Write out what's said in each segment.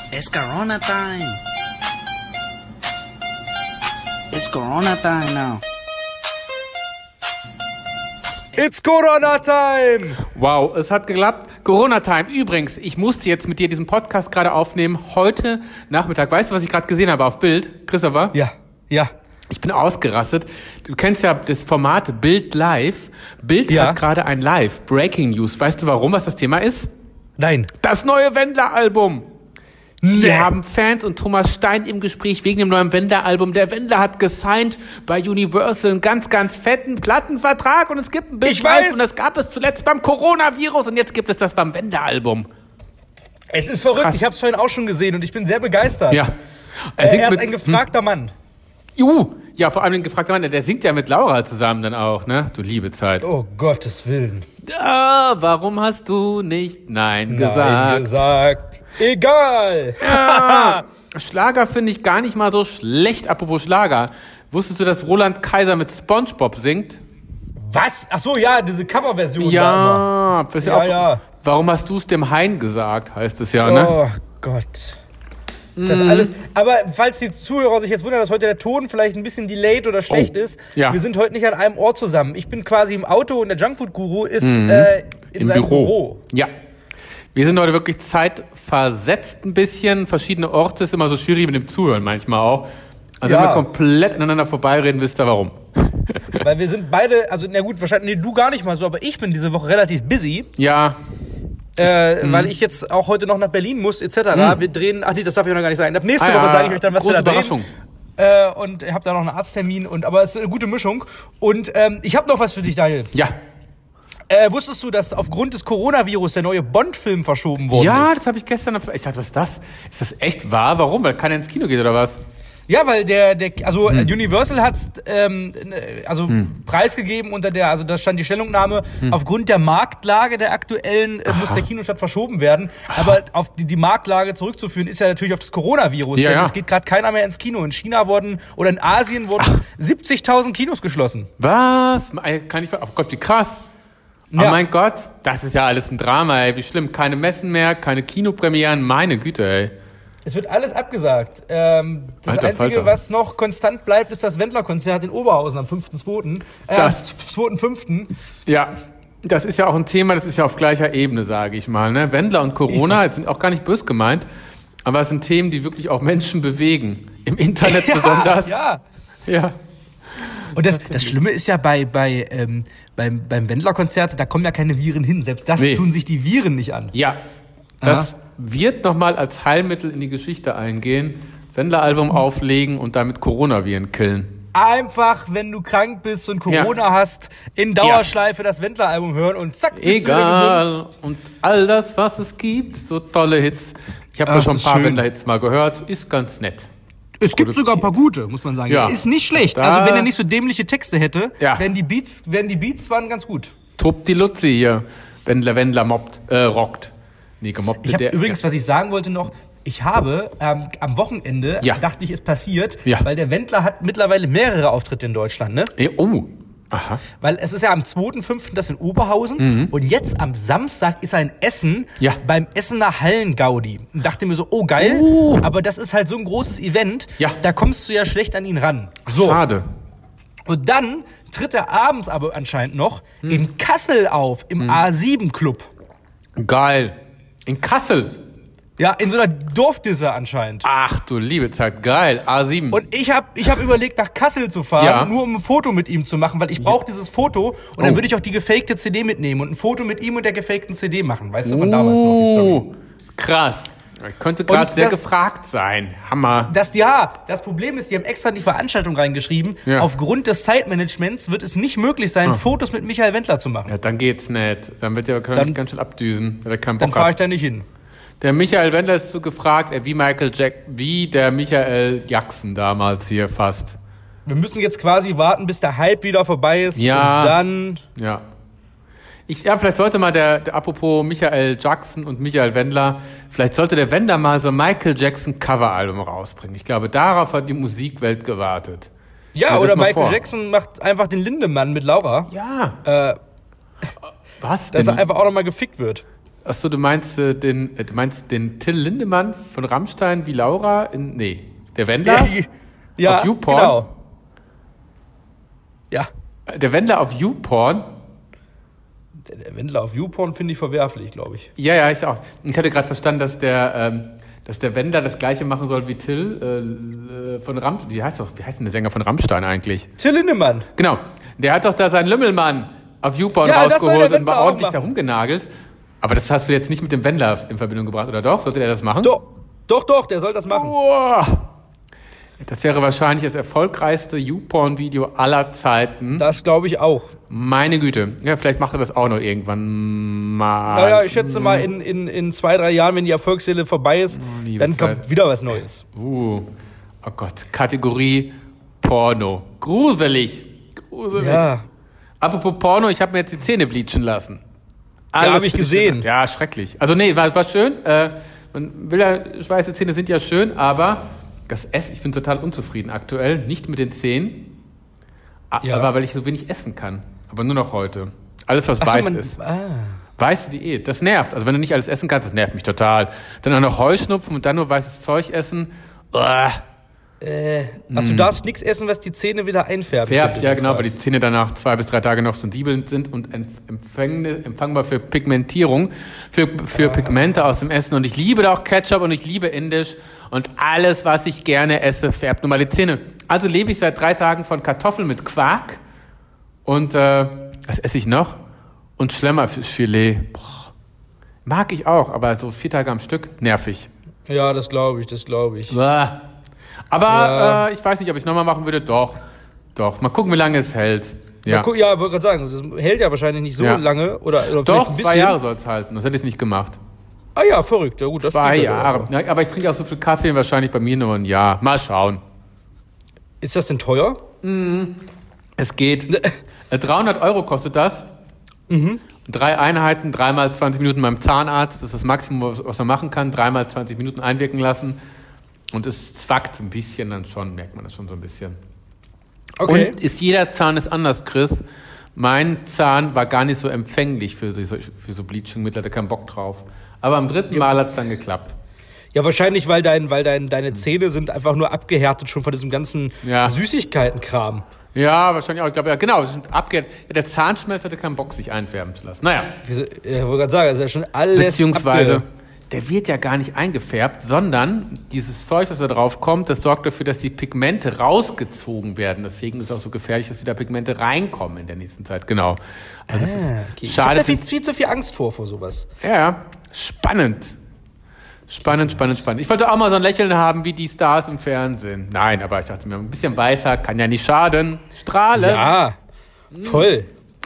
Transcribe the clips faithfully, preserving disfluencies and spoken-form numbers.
It's Corona time. It's Corona time now. It's Corona time! Wow, es hat geklappt. Corona time. Übrigens, ich musste jetzt mit dir diesen Podcast gerade aufnehmen, heute Nachmittag. Weißt du, was ich gerade gesehen habe auf Bild, Christopher? Ja, ja. Ich bin ausgerastet. Du kennst ja das Format Bild Live. Bild Ja. hat gerade ein Live, Breaking News. Weißt du warum, was das Thema ist? Nein. Das neue Wendler-Album. Nee. Wir haben Fans und Thomas Stein im Gespräch wegen dem neuen Wendler-Album. Der Wendler hat gesigned bei Universal einen ganz, ganz fetten Plattenvertrag und es gibt ein Bild Ich Live weiß. und das gab es zuletzt beim Coronavirus und jetzt gibt es das beim Wendler-Album. Es ist verrückt, Krass. ich habe es vorhin auch schon gesehen und ich bin sehr begeistert. Ja. Äh, singt er ist mit- ein gefragter Mann. Uh, ja, vor allem ein gefragter Mann, der singt ja mit Laura zusammen dann auch, ne? Du liebe Zeit. Oh, Gottes Willen. Ah, warum hast du nicht Nein gesagt? Nein gesagt. Egal. Ja, Schlager finde ich gar nicht mal so schlecht, apropos Schlager. Wusstest du, dass Roland Kaiser mit SpongeBob singt? Was? Ach so, ja, diese Coverversion. da Ja, das ist ja, Ja, auch, ja. Warum hast du es dem Hein gesagt, heißt es ja, immer. ne? Oh Gott. Ist das alles? Aber falls die Zuhörer sich jetzt wundern, dass heute der Ton vielleicht ein bisschen delayed oder schlecht Oh, ist, ja. wir sind heute nicht an einem Ort zusammen. Ich bin quasi im Auto und der Junkfood-Guru ist äh, in Im seinem Büro. Büro. Ja. Wir sind heute wirklich zeitversetzt ein bisschen. Verschiedene Orte ist immer so schwierig mit dem Zuhören manchmal auch. Also Ja. wenn wir komplett ineinander vorbeireden, wisst ihr warum. Weil wir sind beide, also na gut, wahrscheinlich, nee, du gar nicht mal so, aber ich bin diese Woche relativ busy, Ja, äh, Mhm. weil ich jetzt auch heute noch nach Berlin muss, et cetera. Wir drehen, ach nee, das darf ich noch gar nicht sagen. Ab nächste Ah, ja, Woche sage ich euch dann, was große wir da drehen. Überraschung. Äh, und ich habe da noch einen Arzttermin, und aber es ist eine gute Mischung. Und ähm, ich habe noch was für dich, Daniel. ja. Äh, wusstest du, dass aufgrund des Coronavirus der neue Bond-Film verschoben worden Ja, ist? das habe ich gestern. auf- Ich dachte, was ist das? Ist das echt wahr? Warum? Weil keiner ins Kino geht oder was? Ja, weil der, der also Hm. äh, Universal hat's ähm, äh, also preisgegeben unter der, also da stand die Stellungnahme, Hm. aufgrund der Marktlage der aktuellen äh, muss der Kinostart verschoben werden. Aber auf die, die Marktlage zurückzuführen ist ja natürlich auf das Coronavirus. Ja, denn ja. es geht gerade keiner mehr ins Kino. In China wurden oder in Asien wurden siebzigtausend Kinos geschlossen. Was? Kann ich. Oh Gott, wie krass. Oh Ja. mein Gott, das ist ja alles ein Drama, ey. Wie schlimm. Keine Messen mehr, keine Kinopremieren. Meine Güte, ey. Es wird alles abgesagt. Ähm, das Alter Einzige, Falter. was noch konstant bleibt, ist das Wendler-Konzert in Oberhausen am fünften zweiten Äh, Das- am zweiten fünften Ja, das ist ja auch ein Thema, das ist ja auf gleicher Ebene, sage ich mal. Ne? Wendler und Corona, jetzt sind auch gar nicht böse gemeint, aber es sind Themen, die wirklich auch Menschen bewegen. Im Internet besonders. Ja. Ja. Und das, das Schlimme ist ja bei, bei, ähm, beim, beim Wendler-Konzert, da kommen ja keine Viren hin. Selbst das Nee. tun sich die Viren nicht an. Ja, das wird nochmal als Heilmittel in die Geschichte eingehen. Wendler-Album auflegen und damit Coronaviren killen. Einfach, wenn du krank bist und Corona Ja. hast, in Dauerschleife das Wendler-Album hören und zack, bist du wieder gesund. Egal. Und all das, was es gibt, so tolle Hits. Ich habe da Das schon ein ist paar schön. Wendler-Hits mal gehört. Ist ganz nett. Es gibt sogar ein paar gute, muss man sagen. Ja. Ist nicht schlecht. Da- Also wenn er nicht so dämliche Texte hätte, Ja. wären die Beats, wären die Beats waren ganz gut. Tobt die Luzi hier. Wendler, Wendler mobbt, äh, rockt. Nee, gemobbt Ich wird habe der. übrigens, was ich sagen wollte noch, ich habe ähm, am Wochenende, Ja. dachte ich, es passiert, Ja. weil der Wendler hat mittlerweile mehrere Auftritte in Deutschland, ne? Eh, oh, aha. Weil es ist ja am zweiten fünften das in Oberhausen und jetzt am Samstag ist er in Essen Ja. beim Essener Hallengaudi. Und dachte mir so, oh geil, Oh. aber das ist halt so ein großes Event, Ja. da kommst du ja schlecht an ihn ran. So. Schade. Und dann tritt er abends aber anscheinend noch in Kassel auf, im A sieben Club. Geil. In Kassel. Ja, in so einer Dorfdisse anscheinend. Ach du liebe Zeit, geil. A sieben. Und ich habe ich hab überlegt, nach Kassel zu fahren, Ja. nur um ein Foto mit ihm zu machen, weil ich brauche dieses Foto und dann Oh. würde ich auch die gefakte C D mitnehmen und ein Foto mit ihm und der gefakten C D machen. Weißt du, von damals noch die Story. Oh, krass. Könnte gerade Und sehr das- gefragt sein. Hammer. Das, ja, das Problem ist, die haben extra in die Veranstaltung reingeschrieben, Ja. aufgrund des Zeitmanagements wird es nicht möglich sein, Fotos mit Michael Wendler zu machen. Ja, dann geht's nicht. Dann wird der Dann- ganz schön abdüsen, wenn er keinen Dann Bock fahre ich hat. da nicht hin. Der Michael Wendler ist so gefragt, äh, wie Michael Jack, wie der Michael Jackson damals hier fast. Wir müssen jetzt quasi warten, bis der Hype wieder vorbei ist Ja. und dann... Ja. Ich, ja, vielleicht sollte mal der, der, apropos Michael Jackson und Michael Wendler, vielleicht sollte der Wendler mal so ein Michael Jackson Coveralbum rausbringen. Ich glaube, darauf hat die Musikwelt gewartet. Ja, Stell dir das oder mal Michael vor. Jackson macht einfach den Lindemann mit Laura, Ja. äh, Was dass denn? er einfach auch nochmal gefickt wird. Achso, du meinst äh, den, äh, du meinst den Till Lindemann von Rammstein wie Laura in, nee, der Wendler? Ja, die, ja auf YouPorn? genau. Ja. Der Wendler auf YouPorn? Der, der Wendler auf YouPorn finde ich verwerflich, glaube ich. Ja, ja, ich auch. Ich hatte gerade verstanden, dass der, ähm, dass der Wendler das Gleiche machen soll wie Till äh, von Rammstein. Wie heißt doch, wie heißt denn der Sänger von Rammstein eigentlich? Till Lindemann. Genau. Der hat doch da seinen Lümmelmann auf YouPorn Ja, das soll der rausgeholt und Wendler war auch ordentlich machen. da rumgenagelt. Aber das hast du jetzt nicht mit dem Wendler in Verbindung gebracht, oder doch? Sollte der das machen? Doch, doch, doch, der soll das machen. Boah. Das wäre wahrscheinlich das erfolgreichste YouPorn-Video aller Zeiten. Das glaube ich auch. Meine Güte. Ja, vielleicht macht er das auch noch irgendwann mal. Naja, ich schätze mal, in, in, in zwei, drei Jahren, wenn die Erfolgswelle vorbei ist, Oh, liebe dann Zeit. kommt wieder was Neues. Uh. Oh Gott. Kategorie Porno. Gruselig. Gruselig. Ja, Apropos Porno, ich habe mir jetzt die Zähne bleachen lassen. Ja, Alles hab ich für die gesehen. Schönheit. Ja, schrecklich. Also nee, war, war schön. Äh, man will ja, weiße Zähne sind ja schön, aber das Essen, ich bin total unzufrieden aktuell. Nicht mit den Zähnen, a- Ja. aber weil ich so wenig essen kann. Aber nur noch heute. Alles, was Ach so, weiß man- ist. ah. Weiße Diät, das nervt. Also wenn du nicht alles essen kannst, das nervt mich total. Dann auch noch Heuschnupfen und dann nur weißes Zeug essen. Uah, Ach, du darfst nichts essen, was die Zähne wieder einfärben. färbt, könnte, ja genau, weil quasi. die Zähne danach zwei bis drei Tage noch sensibel sind und empfängni- empfangbar für Pigmentierung, für, für Pigmente aus dem Essen. Und ich liebe da auch Ketchup und ich liebe Indisch. Und alles, was ich gerne esse, färbt nun mal die Zähne. Also lebe ich seit drei Tagen von Kartoffeln mit Quark. Und äh, was esse ich noch? Und Schlemmerfischfilet. Boah. Mag ich auch, aber so vier Tage am Stück, nervig. Ja, das glaube ich, das glaube ich. Bäh. Aber Ja. äh, ich weiß nicht, ob ich es nochmal machen würde. Doch, doch. Mal gucken, wie lange es hält. Ja, Ja, ja wollte gerade sagen, das hält ja wahrscheinlich nicht so Ja. lange. Oder, oder vielleicht doch, ein bisschen. zwei Jahre soll es halten. Das hätte ich nicht gemacht. Ah ja, verrückt. Ja, gut, das Zwei geht ja Jahre. aber. Ja, aber ich trinke auch so viel Kaffee, wahrscheinlich bei mir nur ein Jahr. Mal schauen. Ist das denn teuer? Es geht. Äh, dreihundert Euro kostet das. Mhm. Drei Einheiten, dreimal zwanzig Minuten beim Zahnarzt. Das ist das Maximum, was- was man machen kann. Dreimal zwanzig Minuten einwirken lassen. Und es zwackt ein bisschen dann schon, merkt man das schon so ein bisschen. Okay. Und ist jeder Zahn ist anders, Chris. Mein Zahn war gar nicht so empfänglich für so, für so Bleaching-Mittel, hatte keinen Bock drauf. Aber am dritten Mal hat es dann geklappt. Ja, wahrscheinlich, weil, dein, weil dein, deine Zähne sind einfach nur abgehärtet schon von diesem ganzen Ja. Süßigkeitenkram. Ja, wahrscheinlich auch. Ich glaube, ja, genau. Es sind abge- ja, der Zahnschmelz hatte keinen Bock, sich einfärben zu lassen. Naja, Wieso- Ich wollte gerade sagen, das ist ja schon alles beziehungsweise, abge- der wird ja gar nicht eingefärbt, sondern dieses Zeug, was da drauf kommt, das sorgt dafür, dass die Pigmente rausgezogen werden. Deswegen ist es auch so gefährlich, dass wieder Pigmente reinkommen in der nächsten Zeit. Genau. Also es Ah, ist okay. Ich schade. habe da viel, für- viel zu viel Angst vor, vor sowas. Ja, ja. Spannend. Spannend, spannend, spannend. Ich wollte auch mal so ein Lächeln haben wie die Stars im Fernsehen. Nein, aber ich dachte mir, ein bisschen weißer kann ja nicht schaden. Strahlen. Ja, voll.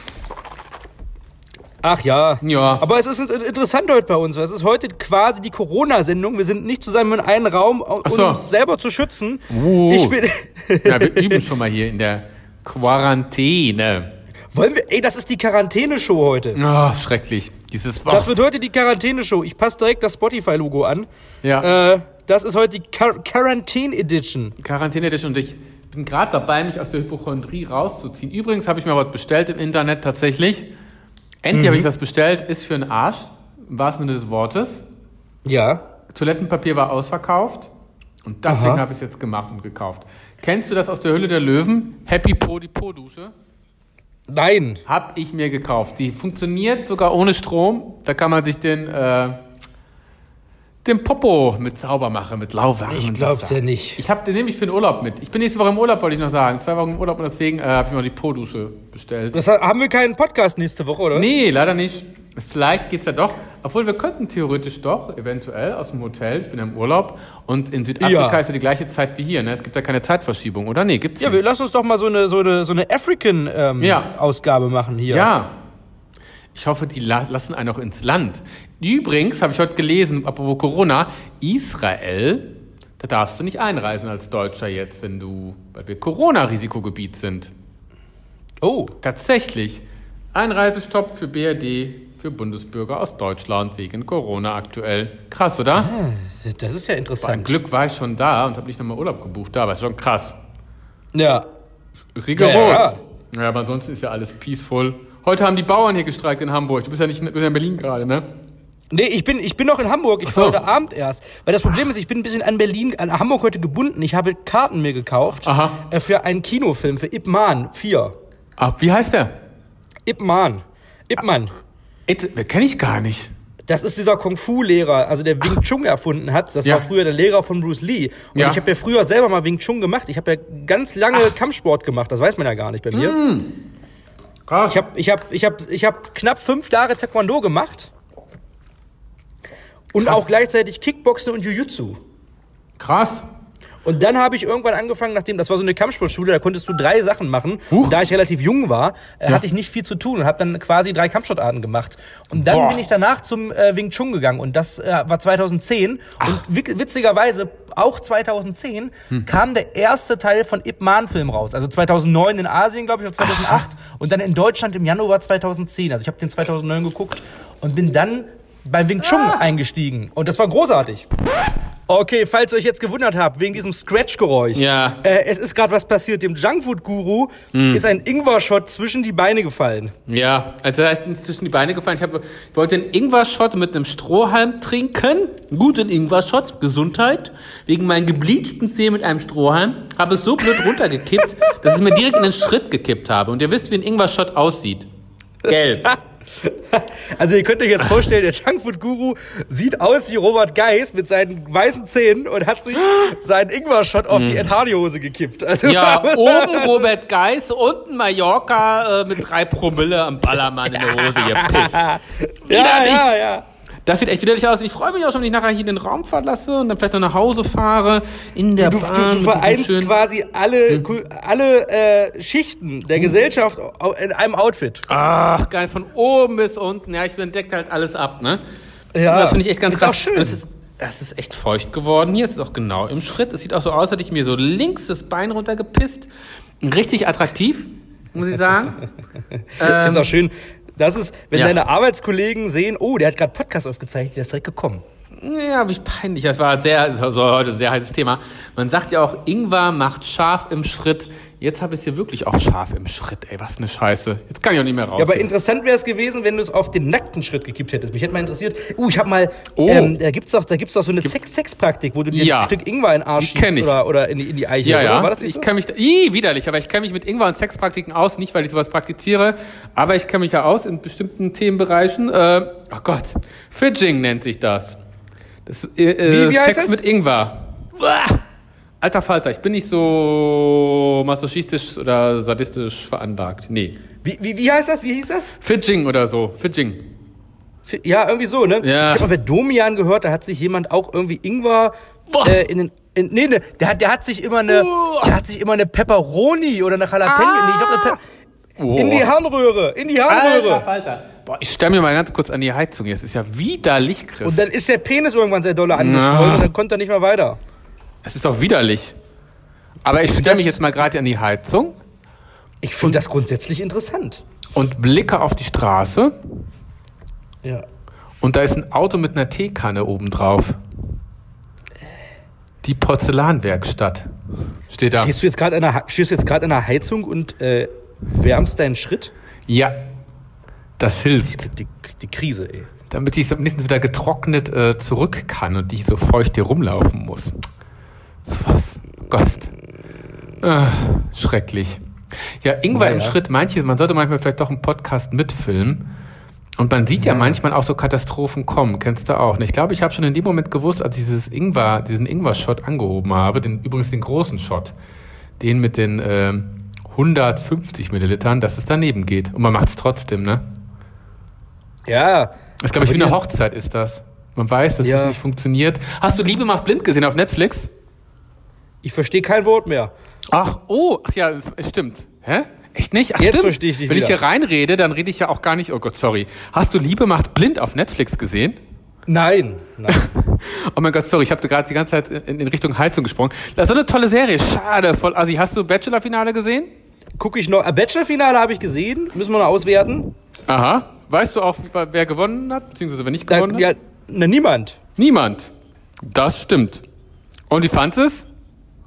Ach ja. Ja. Aber es ist interessant heute bei uns, weil es ist heute quasi die Corona-Sendung. Wir sind nicht zusammen in einem Raum, um Ach so. uns selber zu schützen. Uh. Ich bin, Ja, wir üben schon mal hier in der Quarantäne. wollen wir, ey, das ist die Quarantäne-Show heute. Oh, schrecklich. Dieses Wort. Das wird heute die Quarantäne-Show. Ich passe direkt das Spotify-Logo an. Ja. Äh, das ist heute die Quar Quarantine Edition. Quarantäne Edition und ich bin gerade dabei, mich aus der Hypochondrie rauszuziehen. Übrigens habe ich mir was bestellt im Internet tatsächlich. Endlich habe ich was bestellt, ist für einen Arsch, im wahrsten Sinne des Wortes. Ja. Toilettenpapier war ausverkauft und deswegen Aha. habe ich es jetzt gemacht und gekauft. Kennst du das aus der Hülle der Löwen? Happy Po, die Po-Dusche? Nein. Hab ich mir gekauft. Die funktioniert sogar ohne Strom. Da kann man sich den, äh, den Popo mit sauber machen, mit lauwarmem Ich glaub's Wasser. ja nicht. Ich habe den nämlich für den Urlaub mit. Ich bin nächste Woche im Urlaub, wollte ich noch sagen. Zwei Wochen im Urlaub und deswegen äh, habe ich mir die Po-Dusche bestellt. Das hat, haben wir keinen Podcast nächste Woche, oder? Nee, leider nicht. Vielleicht geht's ja doch. Obwohl wir könnten theoretisch doch, eventuell, aus dem Hotel. Ich bin ja im Urlaub. Und in Südafrika Ja. ist ja die gleiche Zeit wie hier. Ne? Es gibt ja keine Zeitverschiebung, oder? Nee, gibt's Ja, nicht. wir lass uns doch mal so eine, so eine, so eine African-Ausgabe Ja. machen hier. Ja. Ich hoffe, die la- lassen einen auch ins Land. Übrigens habe ich heute gelesen, apropos Corona, Israel, da darfst du nicht einreisen als Deutscher jetzt, wenn du, weil wir Corona-Risikogebiet sind. Oh. Tatsächlich. Einreisestopp für B R D, für Bundesbürger aus Deutschland wegen Corona aktuell. Krass, oder? Das ist ja Ein interessant. Glück war ich schon da und habe nicht nochmal Urlaub gebucht da, aber ist schon krass. Ja. Rigoros. Ja, Ja, ja. aber ansonsten ist ja alles peaceful. Heute haben die Bauern hier gestreikt in Hamburg. Du bist ja nicht du bist ja in Berlin gerade, ne? Nee, ich bin, ich bin noch in Hamburg. Ich Ach so. war heute Abend erst. Weil das Problem ist, ich bin ein bisschen an Berlin, an Hamburg heute gebunden. Ich habe Karten mir gekauft Aha. äh, für einen Kinofilm, für Ip Man vier. Ach, wie heißt der? Ip Man. Ip Man. It, kenn ich gar nicht. Das ist dieser Kung-Fu-Lehrer, also der Wing Chun erfunden hat. Das Ja. war früher der Lehrer von Bruce Lee. Und Ja. ich habe ja früher selber mal Wing Chun gemacht. Ich habe ja ganz lange Ach. Kampfsport gemacht. Das weiß man ja gar nicht bei mir. Mm. Krass. Ich habe ich hab, ich hab, ich hab knapp fünf Jahre Taekwondo gemacht. Und Krass. auch gleichzeitig Kickboxen und Jiu-Jitsu. Krass. Und dann habe ich irgendwann angefangen, nachdem, das war so eine Kampfsportschule, da konntest du drei Sachen machen. Huch. Und da ich relativ jung war, äh, Ja. hatte ich nicht viel zu tun und habe dann quasi drei Kampfsportarten gemacht. Und dann Boah. bin ich danach zum äh, Wing Chun gegangen und das äh, war zweitausendzehn. Und wic- witzigerweise, auch zweitausendzehn, Hm. kam der erste Teil von Ip Man Film raus. Also zweitausendneun in Asien, glaube ich, und zweitausendacht. Und dann in Deutschland im Januar zweitausendzehn. Also ich habe den zweitausendneun geguckt und bin dann beim Wing Chun Ah. eingestiegen. Und das war großartig. Okay, falls ihr euch jetzt gewundert habt, wegen diesem Scratch-Geräusch. Ja. Äh, es ist gerade was passiert. Dem Junkfood-Guru ist ein Ingwer-Shot zwischen die Beine gefallen. Ja, also da ist mir zwischen die Beine gefallen. Ich, hab, ich wollte einen Ingwer-Shot mit einem Strohhalm trinken. Guten Ingwer-Shot, Gesundheit. Wegen meinen gebleachten Zähnen mit einem Strohhalm. Habe es so blöd runtergekippt, dass ich mir direkt in den Schritt gekippt habe. Und ihr wisst, wie ein Ingwer-Shot aussieht. Gelb. Also ihr könnt euch jetzt vorstellen, der Junkfood-Guru sieht aus wie Robert Geis mit seinen weißen Zähnen und hat sich seinen Ingwer-Shot auf die Ed Hardy-Hose gekippt. Also Ja, oben Robert Geis, unten Mallorca äh, mit drei Promille am Ballermann in der Hose gepisst. ja, Widerlich. ja, ja. Das sieht echt widerlich aus. Ich freue mich auch schon, wenn ich nachher hier den Raum verlasse und dann vielleicht noch nach Hause fahre. In der Du, Bahn. du, du mit diesem vereinst schönen- quasi alle, Kul- alle äh, Schichten der Gesellschaft au- in einem Outfit. Ach, geil, von oben bis unten. Ja, ich entdeckt halt alles ab, ne? Ja, Das finde ich echt ganz ist krass. auch schön. Das ist, das ist echt feucht geworden hier. Es ist auch genau im Schritt. Es sieht auch so aus, als hätte ich mir so links das Bein runtergepisst. Richtig attraktiv, muss ich sagen. Ich finde es auch schön. Das ist, wenn Ja. deine Arbeitskollegen sehen, oh, der hat gerade Podcast aufgezeichnet, der ist direkt gekommen. Ja, wie peinlich. Das war sehr, das war heute ein sehr heißes Thema. Man sagt ja auch, Ingwer macht scharf im Schritt. Jetzt habe ich es hier wirklich auch scharf im Schritt. Ey, was eine Scheiße. Jetzt kann ich auch nicht mehr raus. Ja, aber interessant wäre es gewesen, wenn du es auf den nackten Schritt gekippt hättest. Mich hätte mal interessiert. Uh, ich habe mal, Oh. ähm, da gibt's doch, da gibt's doch so eine Sex- Sexpraktik, wo du dir Ja. ein Stück Ingwer in den Arsch Die kenn schiebst ich. oder, oder in die, in die Eiche. Ja, oder? ja. War das nicht Ich so? kenne mich, da, ih, widerlich, aber ich kenne mich mit Ingwer und Sexpraktiken aus, nicht weil ich sowas praktiziere, aber ich kenne mich ja aus in bestimmten Themenbereichen. Äh, oh Gott, Fidging nennt sich das. Das äh, äh, Wie- wie heißt Sex das? mit Ingwer. Uah! Alter Falter, ich bin nicht so masochistisch oder sadistisch veranlagt. Nee. Wie, wie, wie heißt das? Wie hieß das? Fidging oder so. Fidging. F- Ja, irgendwie so, ne? Ja. Ich habe mal bei Domian gehört, da hat sich jemand auch irgendwie Ingwer Boah. äh, in den. In, nee, ne, der hat, der hat sich immer eine, Uah. der hat sich immer eine Pepperoni oder eine Jalapeno, Ah. nee, ich glaub, eine Pe Oh. in die Harnröhre, in die Alter Harnröhre. Falter. Boah, ich stelle mir mal ganz kurz an die Heizung. Es ist ja widerlich, Chris. Und dann ist der Penis irgendwann sehr doll angeschwollen Na. und dann konnte er nicht mehr weiter. Es ist doch widerlich. Aber ich stelle das- mich jetzt mal gerade an die Heizung Ich finde das grundsätzlich interessant. und blicke auf die Straße Ja. und da ist ein Auto mit einer Teekanne oben drauf. Die Porzellanwerkstatt steht da. Stehst du jetzt gerade an der, Ha- stehst du jetzt gerade an der Heizung und äh, wärmst deinen Schritt? Ja, das Ich hilft, krieg die, krieg die Krise, ey. damit ich so wenigstens wieder getrocknet äh, zurück kann und nicht so feucht hier rumlaufen muss. So was. Gott. Ah, schrecklich. Ja, Ingwer im Naja. Schritt, manches, man sollte manchmal vielleicht doch einen Podcast mitfilmen. Und man sieht ja, manchmal auch so Katastrophen kommen, kennst du auch. Und ich glaube, ich habe schon in dem Moment gewusst, als ich dieses Ingwer, diesen Ingwer-Shot angehoben habe, den, übrigens den großen Shot, den mit den äh, hundertfünfzig Millilitern, dass es daneben geht. Und man macht es trotzdem, ne? Ja. Das ist, glaube ich, Aber wie eine die- Hochzeit ist das. Man weiß, dass Ja. es nicht funktioniert. Hast du Liebe macht blind gesehen auf Netflix? Ich verstehe kein Wort mehr. Ach, oh, ach ja, es, es stimmt. Hä? Echt nicht? Ach, Jetzt stimmt. verstehe ich dich Wenn ich wieder. hier reinrede, dann rede ich ja auch gar nicht. Oh Gott, sorry. Hast du Liebe macht blind auf Netflix gesehen? Nein. Nein. Oh mein Gott, sorry, ich habe gerade die ganze Zeit in, in Richtung Heizung gesprungen. Das ist so eine tolle Serie. Schade, voll assi. Hast du Bachelor-Finale gesehen? Gucke ich noch. Äh, Bachelor-Finale habe ich gesehen. Müssen wir noch auswerten. Aha. Weißt du auch, wie- wer gewonnen hat, beziehungsweise wer nicht Da, gewonnen hat? ja, na, niemand. Niemand. Das stimmt. Und wie fandst du es?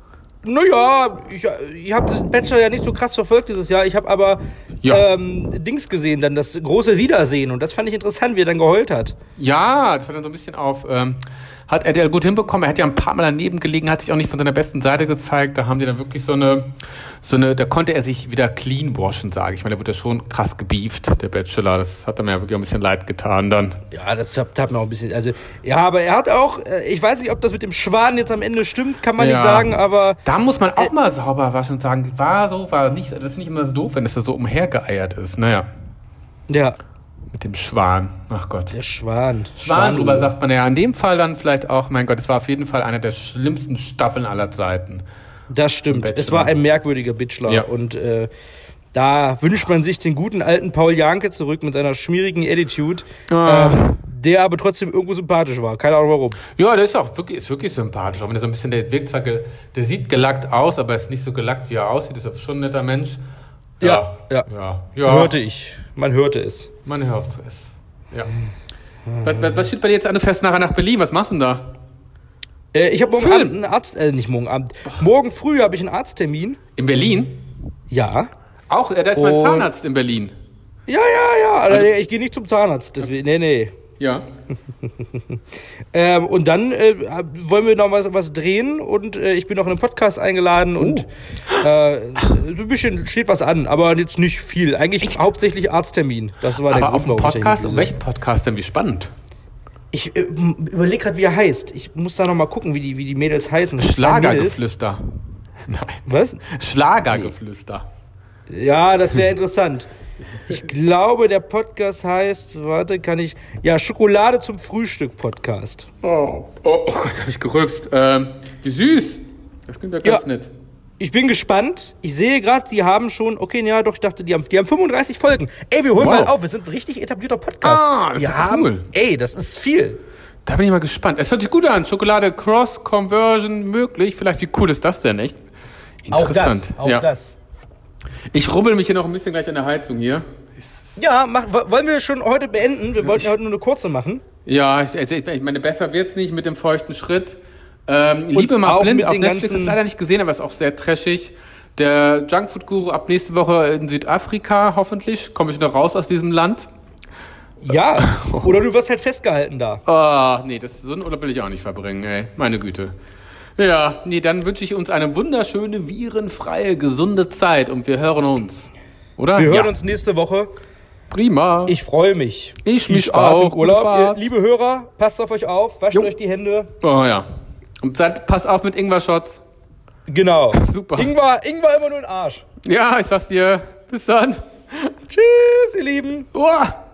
Naja, ich, ich habe den Bachelor ja nicht so krass verfolgt dieses Jahr. Ich habe aber Ja. ähm, Dings gesehen, dann das große Wiedersehen. Und das fand ich interessant, wie er dann geheult hat. Ja, das war dann so ein bisschen auf, ähm, hat R T L gut hinbekommen. Er hat ja ein paar Mal daneben gelegen, hat sich auch nicht von seiner besten Seite gezeigt. Da haben die dann wirklich so eine, so eine, da konnte er sich wieder clean washen, sage ich. Ich meine, da wurde ja schon krass gebieft, der Bachelor. Das hat mir ja wirklich auch ein bisschen leid getan dann. Ja, das hat, hat mir auch ein bisschen. Also, ja, aber er hat auch, äh, ich weiß nicht, ob das mit dem Schwan jetzt am Ende stimmt, kann man Ja. nicht sagen, aber. Da muss man auch mal sauber waschen und sagen, war so, war nicht. Das ist nicht immer so doof, wenn das da so umhergeeiert ist. Naja, Ja, mit dem Schwan. Ach Gott. der Schwan. Schwan drüber sagt man ja in dem Fall dann vielleicht auch, mein Gott, es war auf jeden Fall eine der schlimmsten Staffeln aller Zeiten. Das stimmt. Bachelor. Es war ein merkwürdiger Bachelor. Ja. Und äh, da wünscht man sich den guten alten Paul Janke zurück mit seiner schmierigen Attitude, Ah. ähm, der aber trotzdem irgendwo sympathisch war. Keine Ahnung warum. Ja, der ist auch wirklich, ist wirklich sympathisch. Auch wenn er so ein bisschen, der wirkt zwar, ge, der sieht gelackt aus, aber er ist nicht so gelackt, wie er aussieht. Ist schon ein netter Mensch. Ja, ja. ja. ja. Hörte ich. Man hörte es. Man hört es. Ja. Was, was, was steht bei dir jetzt an? Du fährst nachher nach Berlin. Was machst du denn da? Äh, ich habe morgen Film. Abend einen Arzt, äh, nicht morgen Abend. Morgen früh habe ich einen Arzttermin. In Berlin? Ja. Auch, äh, da ist mein Und- Zahnarzt in Berlin. Ja, ja, ja. Also, ich gehe nicht zum Zahnarzt. Deswegen, nee, nee. Ja. Ähm, und dann äh, wollen wir noch was, was drehen und äh, ich bin noch in einen Podcast eingeladen und äh, so ein bisschen steht was an, aber jetzt nicht viel. Eigentlich Echt? hauptsächlich Arzttermin. Das war der Aber auf dem Grund, warum ich Podcast, dahin um welchen Podcast denn? Wie spannend. Ich äh, überlege gerade, wie er heißt. Ich muss da noch mal gucken, wie die, wie die Mädels heißen. Das sind zwei Mädels. Schlagergeflüster. Nein. Was? Schlagergeflüster. Ja, das wäre interessant. Ich glaube, der Podcast heißt, warte, kann ich, ja, Schokolade zum Frühstück Podcast. Oh, oh, oh Gott, hab ich gerülpst. Ähm, wie süß. Das klingt ja ganz Ja. nett. Ich bin gespannt. Ich sehe gerade, sie haben schon, okay, ja, doch, ich dachte, die haben, die haben fünfunddreißig Folgen. Ey, wir holen Wow. mal auf, wir sind ein richtig etablierter Podcast. Ah, das wir ist haben, cool. ey, das ist viel. Da bin ich mal gespannt. Es hört sich gut an. Schokolade Cross-Conversion möglich. Vielleicht, wie cool ist das denn, echt? Interessant. Auch das, auch ja. das. Ich rubbel mich hier noch ein bisschen gleich an der Heizung hier. Ist, Ja, mach, wo- wollen wir schon heute beenden? Wir wollten ja heute nur eine kurze machen. ja, ich, also ich meine, besser wird's nicht mit dem feuchten Schritt. Ähm, Liebe mal auch blind mit auf den Netflix. ganzen- Das ist leider nicht gesehen, aber ist auch sehr trashig. Der Junkfood-Guru ab nächste Woche in Südafrika, hoffentlich. Komme ich noch raus aus diesem Land. Ja, oder du wirst halt festgehalten da. Ah, nee, das, so einen Urlaub will ich auch nicht verbringen, ey. Meine Güte. Ja, nee, dann wünsche ich uns eine wunderschöne, virenfreie, gesunde Zeit und wir hören uns. Oder? Wir hören ja. uns nächste Woche. Prima. Ich freue mich. Ich Viel mich Spaß auch. im Gute Urlaub. Fahrt. Ihr, liebe Hörer, passt auf euch auf, wascht Jo. euch die Hände. Oh ja. Und seid, passt auf mit Ingwer-Shots. Genau. Super. Ingwer, Ingwer immer nur ein Arsch. Ja, ich sag's dir. Bis dann. Tschüss, ihr Lieben. Uah.